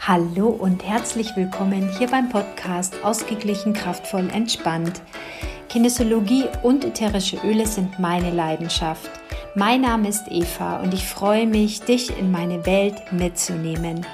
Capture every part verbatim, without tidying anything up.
Hallo und herzlich willkommen hier beim Podcast Ausgeglichen, kraftvoll, entspannt. Kinesiologie und ätherische Öle sind meine Leidenschaft. Mein Name ist Eva und ich freue mich, dich in meine Welt mitzunehmen.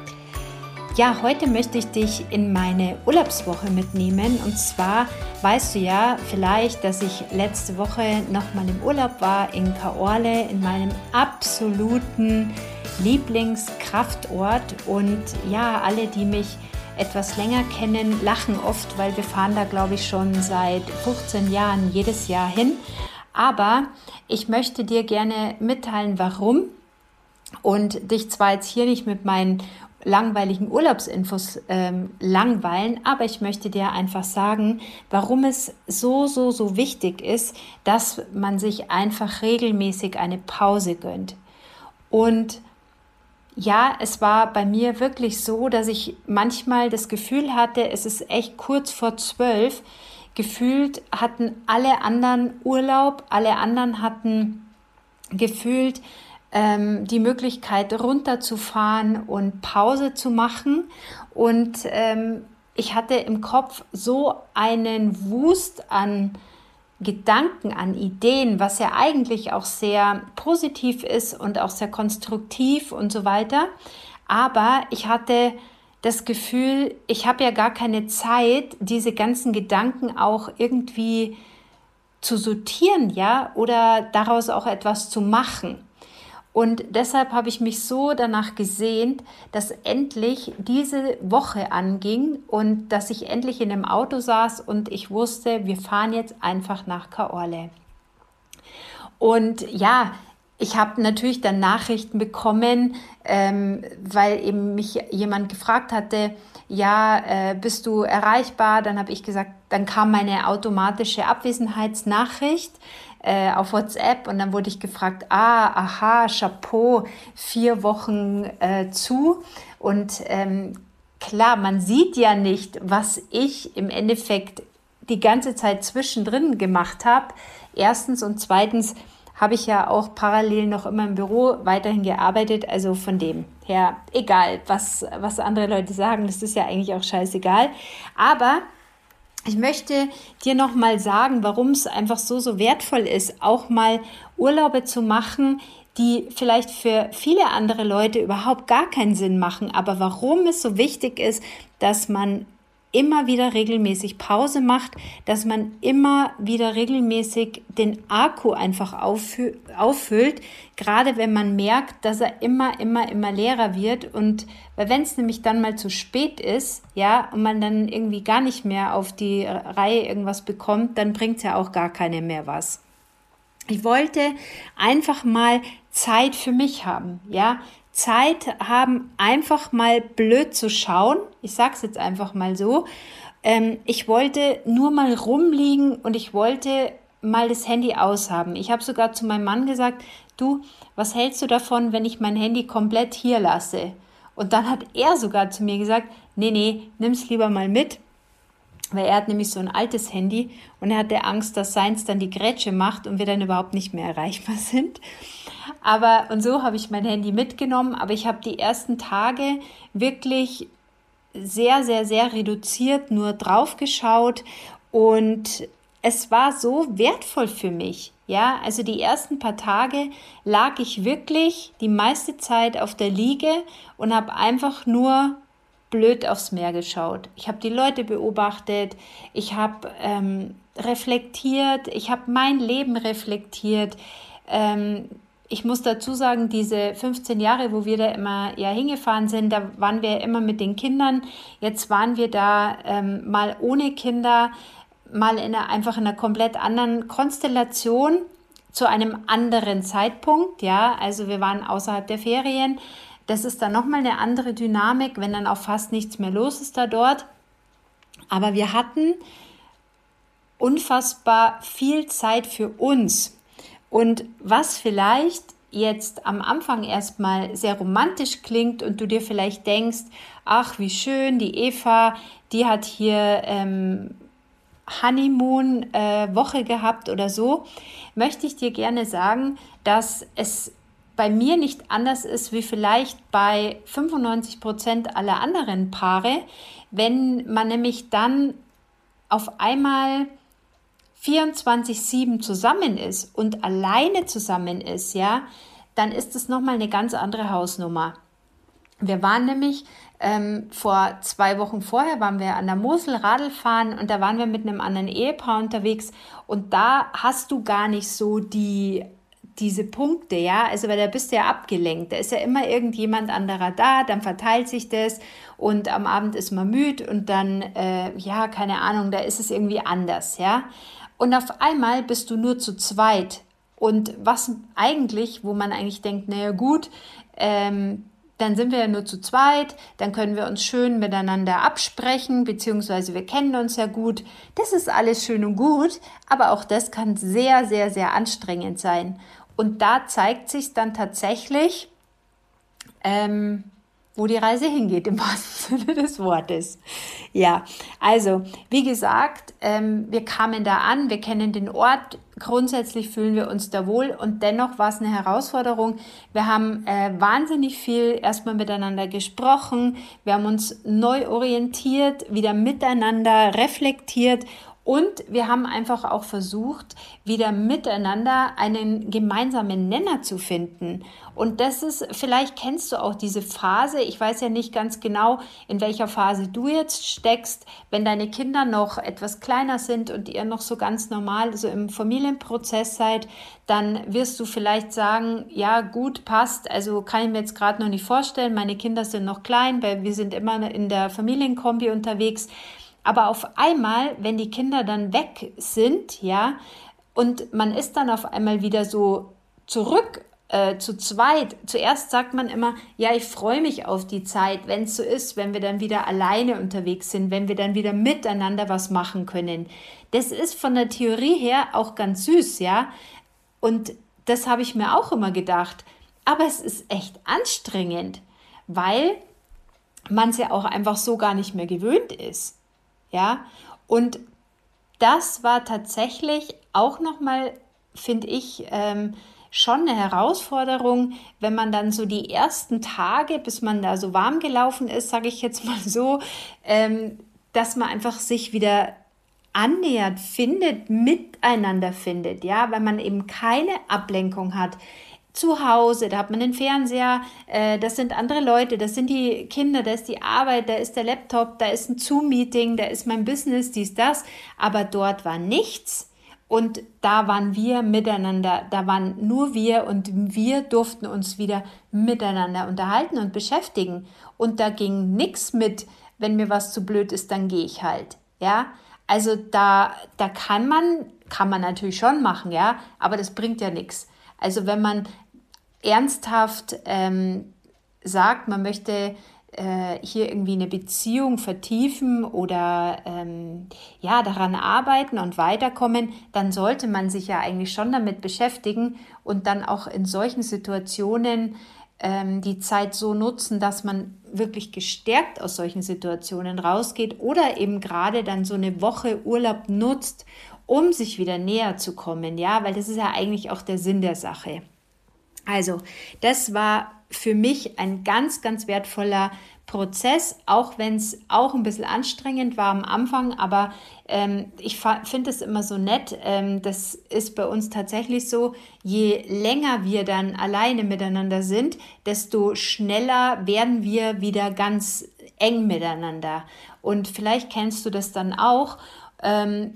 Ja, heute möchte ich dich in meine Urlaubswoche mitnehmen. Und zwar weißt du ja vielleicht, dass ich letzte Woche nochmal im Urlaub war in Caorle, in meinem absoluten Lieblingskraftort. Und ja, alle, die mich etwas länger kennen, lachen oft, weil wir fahren da, glaube ich, schon seit fünfzehn Jahren jedes Jahr hin. Aber ich möchte dir gerne mitteilen, warum. Und dich zwar jetzt hier nicht mit meinen langweiligen Urlaubsinfos ähm, langweilen, aber ich möchte dir einfach sagen, warum es so, so, so wichtig ist, dass man sich einfach regelmäßig eine Pause gönnt. Und ja, es war bei mir wirklich so, dass ich manchmal das Gefühl hatte, es ist echt kurz vor zwölf. Gefühlt hatten alle anderen Urlaub, alle anderen hatten gefühlt ähm, die Möglichkeit runterzufahren und Pause zu machen. Und ähm, ich hatte im Kopf so einen Wust an Gedanken, an Ideen, was ja eigentlich auch sehr positiv ist und auch sehr konstruktiv und so weiter. Aber ich hatte das Gefühl, ich habe ja gar keine Zeit, diese ganzen Gedanken auch irgendwie zu sortieren, ja, oder daraus auch etwas zu machen. Und deshalb habe ich mich so danach gesehnt, dass endlich diese Woche anging und dass ich endlich in einem Auto saß und ich wusste, wir fahren jetzt einfach nach Caorle. Und ja, ich habe natürlich dann Nachrichten bekommen, ähm, weil eben mich jemand gefragt hatte, ja, äh, bist du erreichbar? Dann habe ich gesagt, dann kam meine automatische Abwesenheitsnachricht äh, auf WhatsApp und dann wurde ich gefragt, ah, aha, Chapeau, vier Wochen äh, zu. Und ähm, klar, man sieht ja nicht, was ich im Endeffekt die ganze Zeit zwischendrin gemacht habe. Erstens und zweitens habe ich ja auch parallel noch immer im Büro weiterhin gearbeitet, also von dem her egal, was, was andere Leute sagen, das ist ja eigentlich auch scheißegal, aber ich möchte dir noch mal sagen, warum es einfach so, so wertvoll ist, auch mal Urlaube zu machen, die vielleicht für viele andere Leute überhaupt gar keinen Sinn machen, aber warum es so wichtig ist, dass man immer wieder regelmäßig Pause macht, dass man immer wieder regelmäßig den Akku einfach auffü- auffüllt, gerade wenn man merkt, dass er immer, immer, immer leerer wird. Und wenn es nämlich dann mal zu spät ist, ja, und man dann irgendwie gar nicht mehr auf die Reihe irgendwas bekommt, dann bringt es ja auch gar keine mehr was. Ich wollte einfach mal Zeit für mich haben, ja, Zeit haben, einfach mal blöd zu schauen. Ich sage es jetzt einfach mal so. Ähm, ich wollte nur mal rumliegen und ich wollte mal das Handy aushaben. Ich habe sogar zu meinem Mann gesagt, du, was hältst du davon, wenn ich mein Handy komplett hier lasse? Und dann hat er sogar zu mir gesagt, nee, nee, nimm's lieber mal mit. Weil er hat nämlich so ein altes Handy und er hatte Angst, dass seins dann die Grätsche macht und wir dann überhaupt nicht mehr erreichbar sind. Aber und so habe ich mein Handy mitgenommen, aber ich habe die ersten Tage wirklich sehr, sehr, sehr reduziert nur drauf geschaut und es war so wertvoll für mich. Ja, also die ersten paar Tage lag ich wirklich die meiste Zeit auf der Liege und habe einfach nur blöd aufs Meer geschaut. Ich habe die Leute beobachtet, ich habe ähm, reflektiert, ich habe mein Leben reflektiert. Ähm, ich muss dazu sagen, diese fünfzehn Jahre, wo wir da immer ja hingefahren sind, da waren wir immer mit den Kindern. Jetzt waren wir da ähm, mal ohne Kinder, mal in einer, einfach in einer komplett anderen Konstellation zu einem anderen Zeitpunkt. Ja, also wir waren außerhalb der Ferien. Das ist dann nochmal eine andere Dynamik, wenn dann auch fast nichts mehr los ist da dort. Aber wir hatten unfassbar viel Zeit für uns. Und was vielleicht jetzt am Anfang erstmal sehr romantisch klingt und du dir vielleicht denkst, ach wie schön, die Eva, die hat hier ähm, Honeymoon-Woche äh, gehabt oder so, möchte ich dir gerne sagen, dass es bei mir nicht anders ist wie vielleicht bei fünfundneunzig Prozent aller anderen Paare, wenn man nämlich dann auf einmal vierundzwanzig sieben zusammen ist und alleine zusammen ist, ja, dann ist es nochmal eine ganz andere Hausnummer. Wir waren nämlich ähm, vor zwei Wochen vorher, waren wir an der Mosel Radl fahren und da waren wir mit einem anderen Ehepaar unterwegs und da hast du gar nicht so die, diese Punkte, ja, also weil da bist du ja abgelenkt, da ist ja immer irgendjemand anderer da, dann verteilt sich das und am Abend ist man müde und dann, äh, ja, keine Ahnung, da ist es irgendwie anders, ja. Und auf einmal bist du nur zu zweit und was eigentlich, wo man eigentlich denkt, naja gut, ähm, dann sind wir ja nur zu zweit, dann können wir uns schön miteinander absprechen, beziehungsweise wir kennen uns ja gut. Das ist alles schön und gut, aber auch das kann sehr, sehr, sehr anstrengend sein. Und da zeigt sich dann tatsächlich, ähm, wo die Reise hingeht, im wahrsten Sinne des Wortes. Ja, also, wie gesagt, ähm, wir kamen da an, wir kennen den Ort, grundsätzlich fühlen wir uns da wohl und dennoch war es eine Herausforderung. Wir haben äh, wahnsinnig viel erstmal miteinander gesprochen, wir haben uns neu orientiert, wieder miteinander reflektiert und wir haben einfach auch versucht, wieder miteinander einen gemeinsamen Nenner zu finden. Und das ist, vielleicht kennst du auch diese Phase, ich weiß ja nicht ganz genau, in welcher Phase du jetzt steckst, wenn deine Kinder noch etwas kleiner sind und ihr noch so ganz normal so im Familienprozess seid, dann wirst du vielleicht sagen, ja gut, passt, also kann ich mir jetzt gerade noch nicht vorstellen, meine Kinder sind noch klein, weil wir sind immer in der Familienkombi unterwegs. Aber auf einmal, wenn die Kinder dann weg sind, ja, und man ist dann auf einmal wieder so zurück äh, zu zweit. Zuerst sagt man immer, ja, ich freue mich auf die Zeit, wenn es so ist, wenn wir dann wieder alleine unterwegs sind, wenn wir dann wieder miteinander was machen können. Das ist von der Theorie her auch ganz süß, ja. Und das habe ich mir auch immer gedacht. Aber es ist echt anstrengend, weil man es ja auch einfach so gar nicht mehr gewöhnt ist. Ja, und das war tatsächlich auch nochmal, finde ich, ähm, schon eine Herausforderung, wenn man dann so die ersten Tage, bis man da so warm gelaufen ist, sage ich jetzt mal so, ähm, dass man einfach sich wieder annähert, findet, miteinander findet, ja, weil man eben keine Ablenkung hat. Zu Hause, da hat man den Fernseher, äh, das sind andere Leute, das sind die Kinder, da ist die Arbeit, da ist der Laptop, da ist ein Zoom-Meeting, da ist mein Business, dies, das, aber dort war nichts und da waren wir miteinander, da waren nur wir und wir durften uns wieder miteinander unterhalten und beschäftigen und da ging nichts mit, wenn mir was zu blöd ist, dann gehe ich halt, ja, also da, da kann man, kann man natürlich schon machen, ja, aber das bringt ja nichts. Also wenn man ernsthaft ähm, sagt, man möchte äh, hier irgendwie eine Beziehung vertiefen oder ähm, ja, daran arbeiten und weiterkommen, dann sollte man sich ja eigentlich schon damit beschäftigen und dann auch in solchen Situationen ähm, die Zeit so nutzen, dass man wirklich gestärkt aus solchen Situationen rausgeht oder eben gerade dann so eine Woche Urlaub nutzt, um sich wieder näher zu kommen, ja, weil das ist ja eigentlich auch der Sinn der Sache. Also, das war für mich ein ganz, ganz wertvoller Prozess, auch wenn es auch ein bisschen anstrengend war am Anfang, aber ähm, ich finde es immer so nett, ähm, das ist bei uns tatsächlich so, je länger wir dann alleine miteinander sind, desto schneller werden wir wieder ganz eng miteinander und vielleicht kennst du das dann auch, ähm,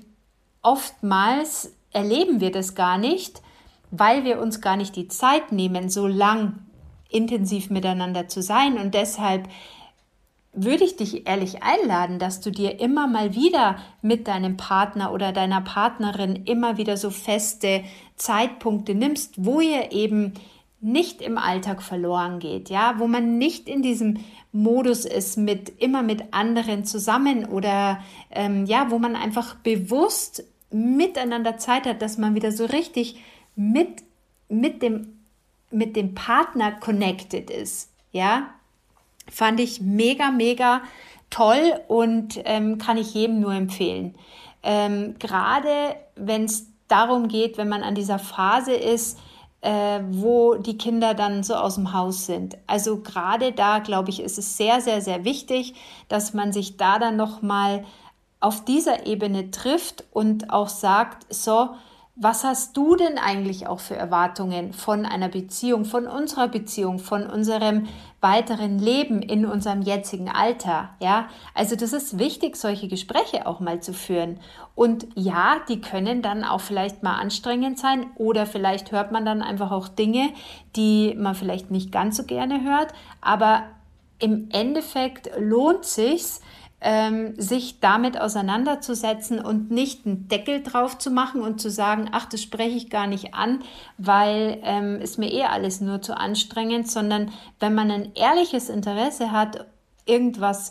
oftmals erleben wir das gar nicht, weil wir uns gar nicht die Zeit nehmen, so lang intensiv miteinander zu sein. Und deshalb würde ich dich ehrlich einladen, dass du dir immer mal wieder mit deinem Partner oder deiner Partnerin immer wieder so feste Zeitpunkte nimmst, wo ihr eben nicht im Alltag verloren geht, ja, wo man nicht in diesem Modus ist, mit immer mit anderen zusammen oder ähm, ja, wo man einfach bewusst miteinander Zeit hat, dass man wieder so richtig mit, mit, dem, mit dem Partner connected ist, ja, fand ich mega, mega toll und ähm, kann ich jedem nur empfehlen. Ähm, gerade wenn es darum geht, wenn man an dieser Phase ist, äh, wo die Kinder dann so aus dem Haus sind. Also gerade da, glaube ich, ist es sehr, sehr, sehr wichtig, dass man sich da dann nochmal auf dieser Ebene trifft und auch sagt, so, was hast du denn eigentlich auch für Erwartungen von einer Beziehung, von unserer Beziehung, von unserem weiteren Leben in unserem jetzigen Alter? Ja, also das ist wichtig, solche Gespräche auch mal zu führen. Und ja, die können dann auch vielleicht mal anstrengend sein oder vielleicht hört man dann einfach auch Dinge, die man vielleicht nicht ganz so gerne hört. Aber im Endeffekt lohnt sich's, Ähm, sich damit auseinanderzusetzen und nicht einen Deckel drauf zu machen und zu sagen, ach, das spreche ich gar nicht an, weil ähm, ist mir eh alles nur zu anstrengend, sondern wenn man ein ehrliches Interesse hat, irgendwas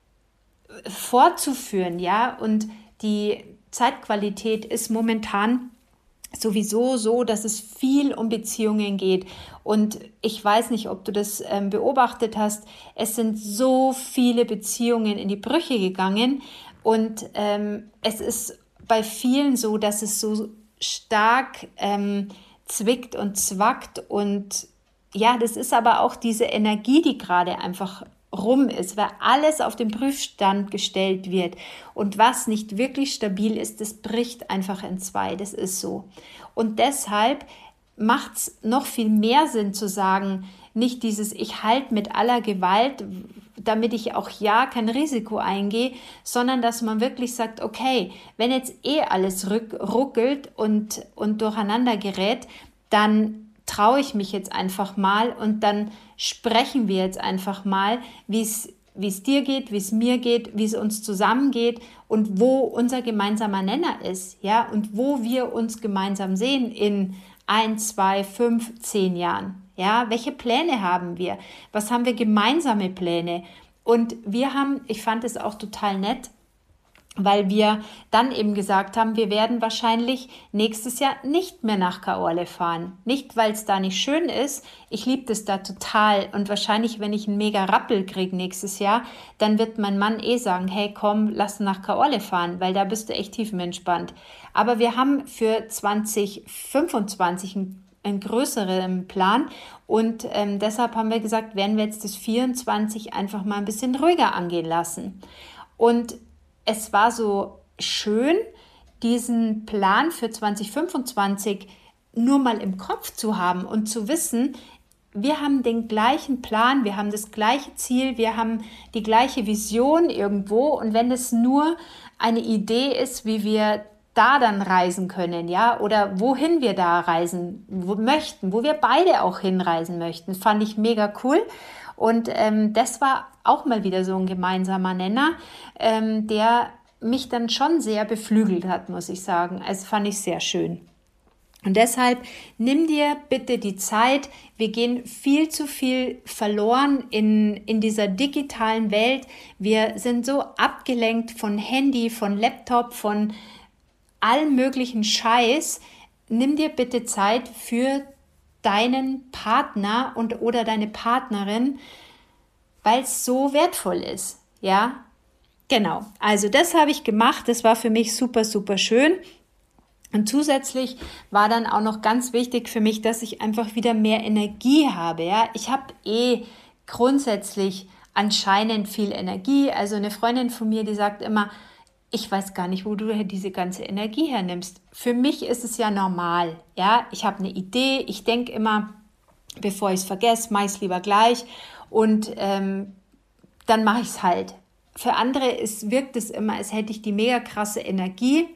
fortzuführen, ja, und die Zeitqualität ist momentan sowieso so, dass es viel um Beziehungen geht. Und ich weiß nicht, ob du das ähm, beobachtet hast. Es sind so viele Beziehungen in die Brüche gegangen. Und ähm, es ist bei vielen so, dass es so stark ähm, zwickt und zwackt. Und ja, das ist aber auch diese Energie, die gerade einfach rum ist, weil alles auf den Prüfstand gestellt wird und was nicht wirklich stabil ist, das bricht einfach in zwei, das ist so. Und deshalb macht es noch viel mehr Sinn zu sagen, nicht dieses ich halte mit aller Gewalt, damit ich auch ja kein Risiko eingehe, sondern dass man wirklich sagt, okay, wenn jetzt eh alles ruckelt und, und durcheinander gerät, dann traue ich mich jetzt einfach mal und dann sprechen wir jetzt einfach mal, wie es wie es dir geht, wie es mir geht, wie es uns zusammengeht und wo unser gemeinsamer Nenner ist, ja, und wo wir uns gemeinsam sehen in ein, zwei, fünf, zehn Jahren, ja, welche Pläne haben wir, was haben wir gemeinsame Pläne und wir haben, ich fand es auch total nett, weil wir dann eben gesagt haben, wir werden wahrscheinlich nächstes Jahr nicht mehr nach Kaorle fahren. Nicht, weil es da nicht schön ist, ich liebe das da total und wahrscheinlich, wenn ich einen mega Rappel kriege nächstes Jahr, dann wird mein Mann eh sagen, hey komm, lass nach Kaorle fahren, weil da bist du echt tiefenentspannt. Aber wir haben für zwanzig fünfundzwanzig einen, einen größeren Plan und ähm, deshalb haben wir gesagt, werden wir jetzt das vierundzwanzig einfach mal ein bisschen ruhiger angehen lassen. Und es war so schön, diesen Plan für zwanzig fünfundzwanzig nur mal im Kopf zu haben und zu wissen, wir haben den gleichen Plan, wir haben das gleiche Ziel, wir haben die gleiche Vision irgendwo und wenn es nur eine Idee ist, wie wir da dann reisen können, ja, oder wohin wir da reisen wo möchten, wo wir beide auch hinreisen möchten, fand ich mega cool. Und ähm, das war auch mal wieder so ein gemeinsamer Nenner, ähm, der mich dann schon sehr beflügelt hat, muss ich sagen. Also fand ich sehr schön. Und deshalb nimm dir bitte die Zeit. Wir gehen viel zu viel verloren in, in dieser digitalen Welt. Wir sind so abgelenkt von Handy, von Laptop, von allem möglichen Scheiß. Nimm dir bitte Zeit für deinen Partner und oder deine Partnerin, weil es so wertvoll ist, ja, genau, also das habe ich gemacht, das war für mich super, super schön und zusätzlich war dann auch noch ganz wichtig für mich, dass ich einfach wieder mehr Energie habe, ja, ich habe eh grundsätzlich anscheinend viel Energie, also eine Freundin von mir, die sagt immer, ich weiß gar nicht, wo du diese ganze Energie hernimmst. Für mich ist es ja normal. Ja, ich habe eine Idee, ich denke immer, bevor ich es vergesse, mache ich es lieber gleich und ähm, dann mache ich es halt. Für andere ist, wirkt es immer, als hätte ich die mega krasse Energie.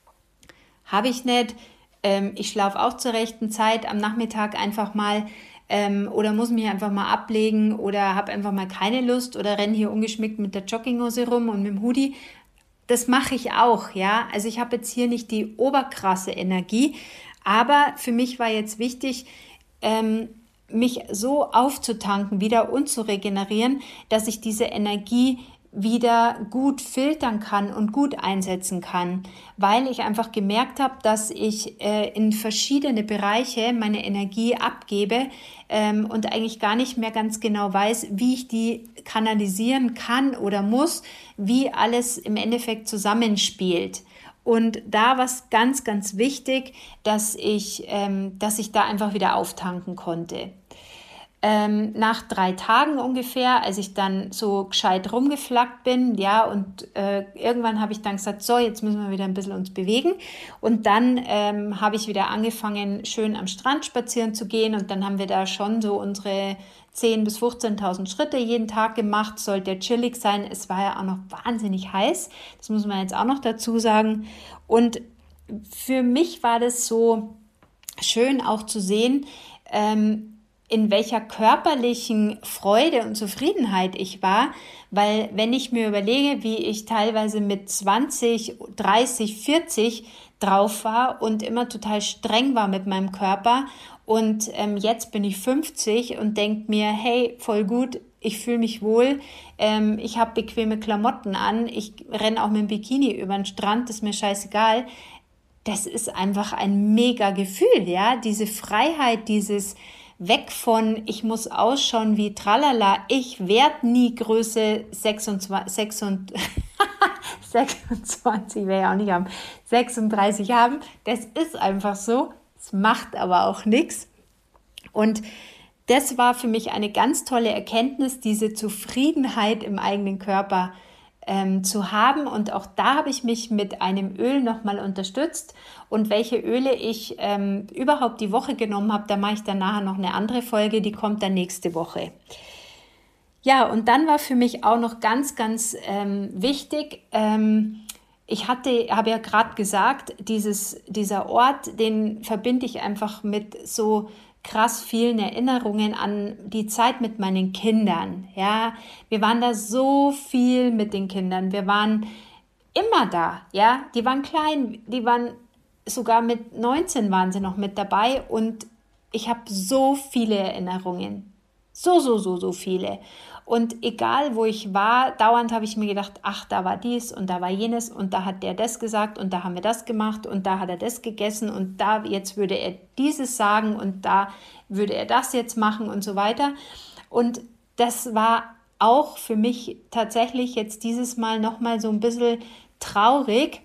Habe ich nicht. Ähm, ich schlafe auch zur rechten Zeit am Nachmittag einfach mal ähm, oder muss mich einfach mal ablegen oder habe einfach mal keine Lust oder renne hier ungeschmickt mit der Jogginghose rum und mit dem Hoodie. Das mache ich auch, ja. Also ich habe jetzt hier nicht die oberkrasse Energie, aber für mich war jetzt wichtig, ähm, mich so aufzutanken wieder und zu regenerieren, dass ich diese Energie wieder gut filtern kann und gut einsetzen kann, weil ich einfach gemerkt habe, dass ich äh, in verschiedene Bereiche meine Energie abgebe ähm, und eigentlich gar nicht mehr ganz genau weiß, wie ich die kanalisieren kann oder muss, wie alles im Endeffekt zusammenspielt. Und da war es ganz, ganz wichtig, dass ich, ähm, dass ich da einfach wieder auftanken konnte. Ähm, nach drei Tagen ungefähr, als ich dann so gescheit rumgeflackt bin, ja, und äh, irgendwann habe ich dann gesagt, so, jetzt müssen wir wieder ein bisschen uns bewegen. Und dann ähm, habe ich wieder angefangen, schön am Strand spazieren zu gehen. Und dann haben wir da schon so unsere zehntausend bis fünfzehntausend Schritte jeden Tag gemacht. Sollte chillig sein. Es war ja auch noch wahnsinnig heiß. Das muss man jetzt auch noch dazu sagen. Und für mich war das so schön auch zu sehen, ähm, in welcher körperlichen Freude und Zufriedenheit ich war, weil wenn ich mir überlege, wie ich teilweise mit zwanzig, dreißig, vierzig drauf war und immer total streng war mit meinem Körper und ähm, jetzt bin ich fünfzig und denke mir, hey, voll gut, ich fühle mich wohl, ähm, ich habe bequeme Klamotten an, ich renne auch mit dem Bikini über den Strand, ist mir scheißegal. Das ist einfach ein mega Gefühl, ja, diese Freiheit, dieses weg von, ich muss ausschauen wie tralala, ich werde nie Größe sechsundzwanzig, sechsundzwanzig, sechsundzwanzig werde ich auch nicht haben, sechsunddreißig haben. Das ist einfach so, es macht aber auch nichts. Und das war für mich eine ganz tolle Erkenntnis, diese Zufriedenheit im eigenen Körper ähm, zu haben. Und auch da habe ich mich mit einem Öl nochmal unterstützt. Und welche Öle ich ähm, überhaupt die Woche genommen habe, da mache ich dann nachher noch eine andere Folge, die kommt dann nächste Woche. Ja, und dann war für mich auch noch ganz, ganz ähm, wichtig, ähm, ich hatte, habe ja gerade gesagt, dieses, dieser Ort, den verbinde ich einfach mit so krass vielen Erinnerungen an die Zeit mit meinen Kindern. Ja, wir waren da so viel mit den Kindern. Wir waren immer da. Ja, die waren klein, die waren sogar mit neunzehn waren sie noch mit dabei und ich habe so viele Erinnerungen. So, so, so, so viele. Und egal, wo ich war, dauernd habe ich mir gedacht, ach, da war dies und da war jenes und da hat der das gesagt und da haben wir das gemacht und da hat er das gegessen und da jetzt würde er dieses sagen und da würde er das jetzt machen und so weiter. Und das war auch für mich tatsächlich jetzt dieses Mal nochmal so ein bisschen traurig,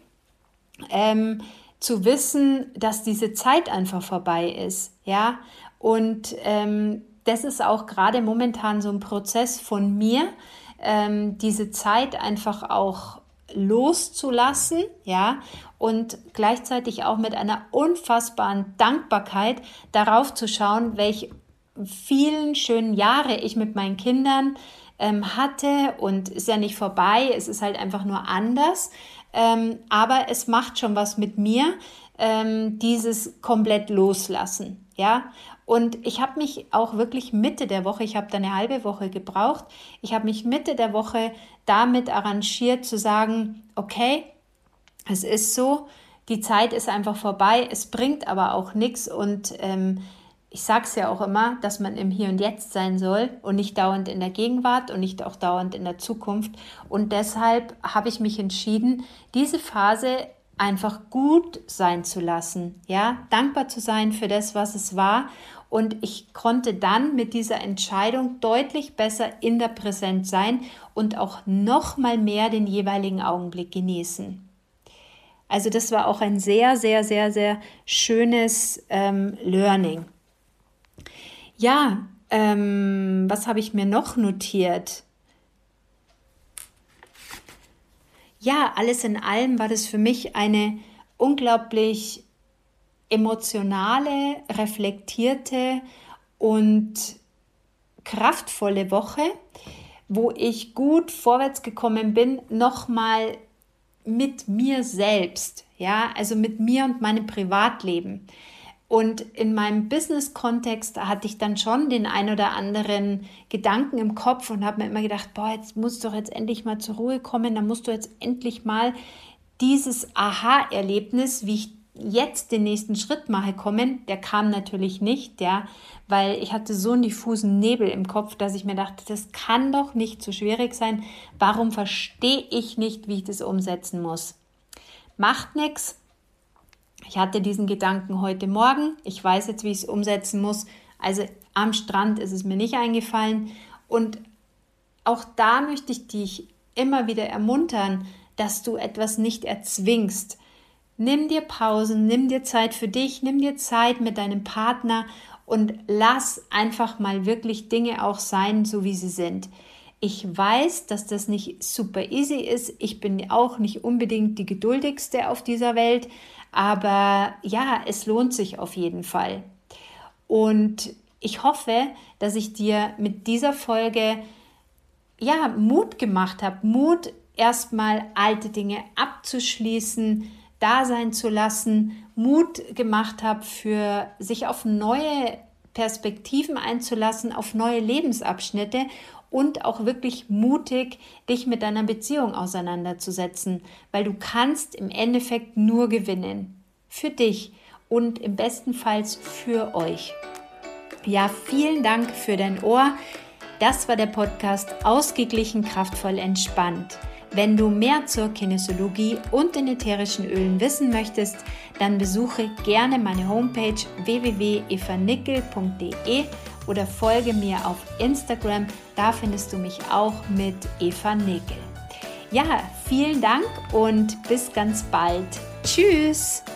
ähm, zu wissen, dass diese Zeit einfach vorbei ist, ja, und ähm, das ist auch gerade momentan so ein Prozess von mir, ähm, diese Zeit einfach auch loszulassen, ja, und gleichzeitig auch mit einer unfassbaren Dankbarkeit darauf zu schauen, welche vielen schönen Jahre ich mit meinen Kindern ähm, hatte und ist ja nicht vorbei, es ist halt einfach nur anders. Ähm, aber es macht schon was mit mir, ähm, dieses komplett loslassen, ja. Und ich habe mich auch wirklich Mitte der Woche, ich habe da eine halbe Woche gebraucht, ich habe mich Mitte der Woche damit arrangiert zu sagen, okay, es ist so, die Zeit ist einfach vorbei, es bringt aber auch nichts und ähm, ich sage es ja auch immer, dass man im Hier und Jetzt sein soll und nicht dauernd in der Gegenwart und nicht auch dauernd in der Zukunft. Und deshalb habe ich mich entschieden, diese Phase einfach gut sein zu lassen, ja, dankbar zu sein für das, was es war. Und ich konnte dann mit dieser Entscheidung deutlich besser in der Präsenz sein und auch noch mal mehr den jeweiligen Augenblick genießen. Also das war auch ein sehr, sehr, sehr, sehr schönes ähm, Learning. Ja, ähm, was habe ich mir noch notiert? Ja, alles in allem war das für mich eine unglaublich emotionale, reflektierte und kraftvolle Woche, wo ich gut vorwärts gekommen bin, nochmal mit mir selbst, ja, also mit mir und meinem Privatleben. Und in meinem Business-Kontext hatte ich dann schon den ein oder anderen Gedanken im Kopf und habe mir immer gedacht, boah, jetzt musst du doch jetzt endlich mal zur Ruhe kommen, dann musst du jetzt endlich mal dieses Aha-Erlebnis, wie ich jetzt den nächsten Schritt mache, kommen. Der kam natürlich nicht, ja, weil ich hatte so einen diffusen Nebel im Kopf, dass ich mir dachte, das kann doch nicht so schwierig sein. Warum verstehe ich nicht, wie ich das umsetzen muss? Macht nichts. Ich hatte diesen Gedanken heute Morgen. Ich weiß jetzt, wie ich es umsetzen muss. Also am Strand ist es mir nicht eingefallen. Und auch da möchte ich dich immer wieder ermuntern, dass du etwas nicht erzwingst. Nimm dir Pausen, nimm dir Zeit für dich, nimm dir Zeit mit deinem Partner und lass einfach mal wirklich Dinge auch sein, so wie sie sind. Ich weiß, dass das nicht super easy ist. Ich bin auch nicht unbedingt die geduldigste auf dieser Welt, aber ja, es lohnt sich auf jeden Fall. Und ich hoffe, dass ich dir mit dieser Folge ja, Mut gemacht habe, Mut erstmal alte Dinge abzuschließen, da sein zu lassen, Mut gemacht habe, für sich auf neue Perspektiven einzulassen, auf neue Lebensabschnitte und auch wirklich mutig, dich mit deiner Beziehung auseinanderzusetzen, weil du kannst im Endeffekt nur gewinnen. Für dich und im besten Fall für euch. Ja, vielen Dank für dein Ohr. Das war der Podcast Ausgeglichen, kraftvoll, entspannt. Wenn du mehr zur Kinesiologie und den ätherischen Ölen wissen möchtest, dann besuche gerne meine Homepage w w w punkt eva nickel punkt d e oder folge mir auf Instagram, da findest du mich auch mit Eva Nickel. Ja, vielen Dank und bis ganz bald. Tschüss!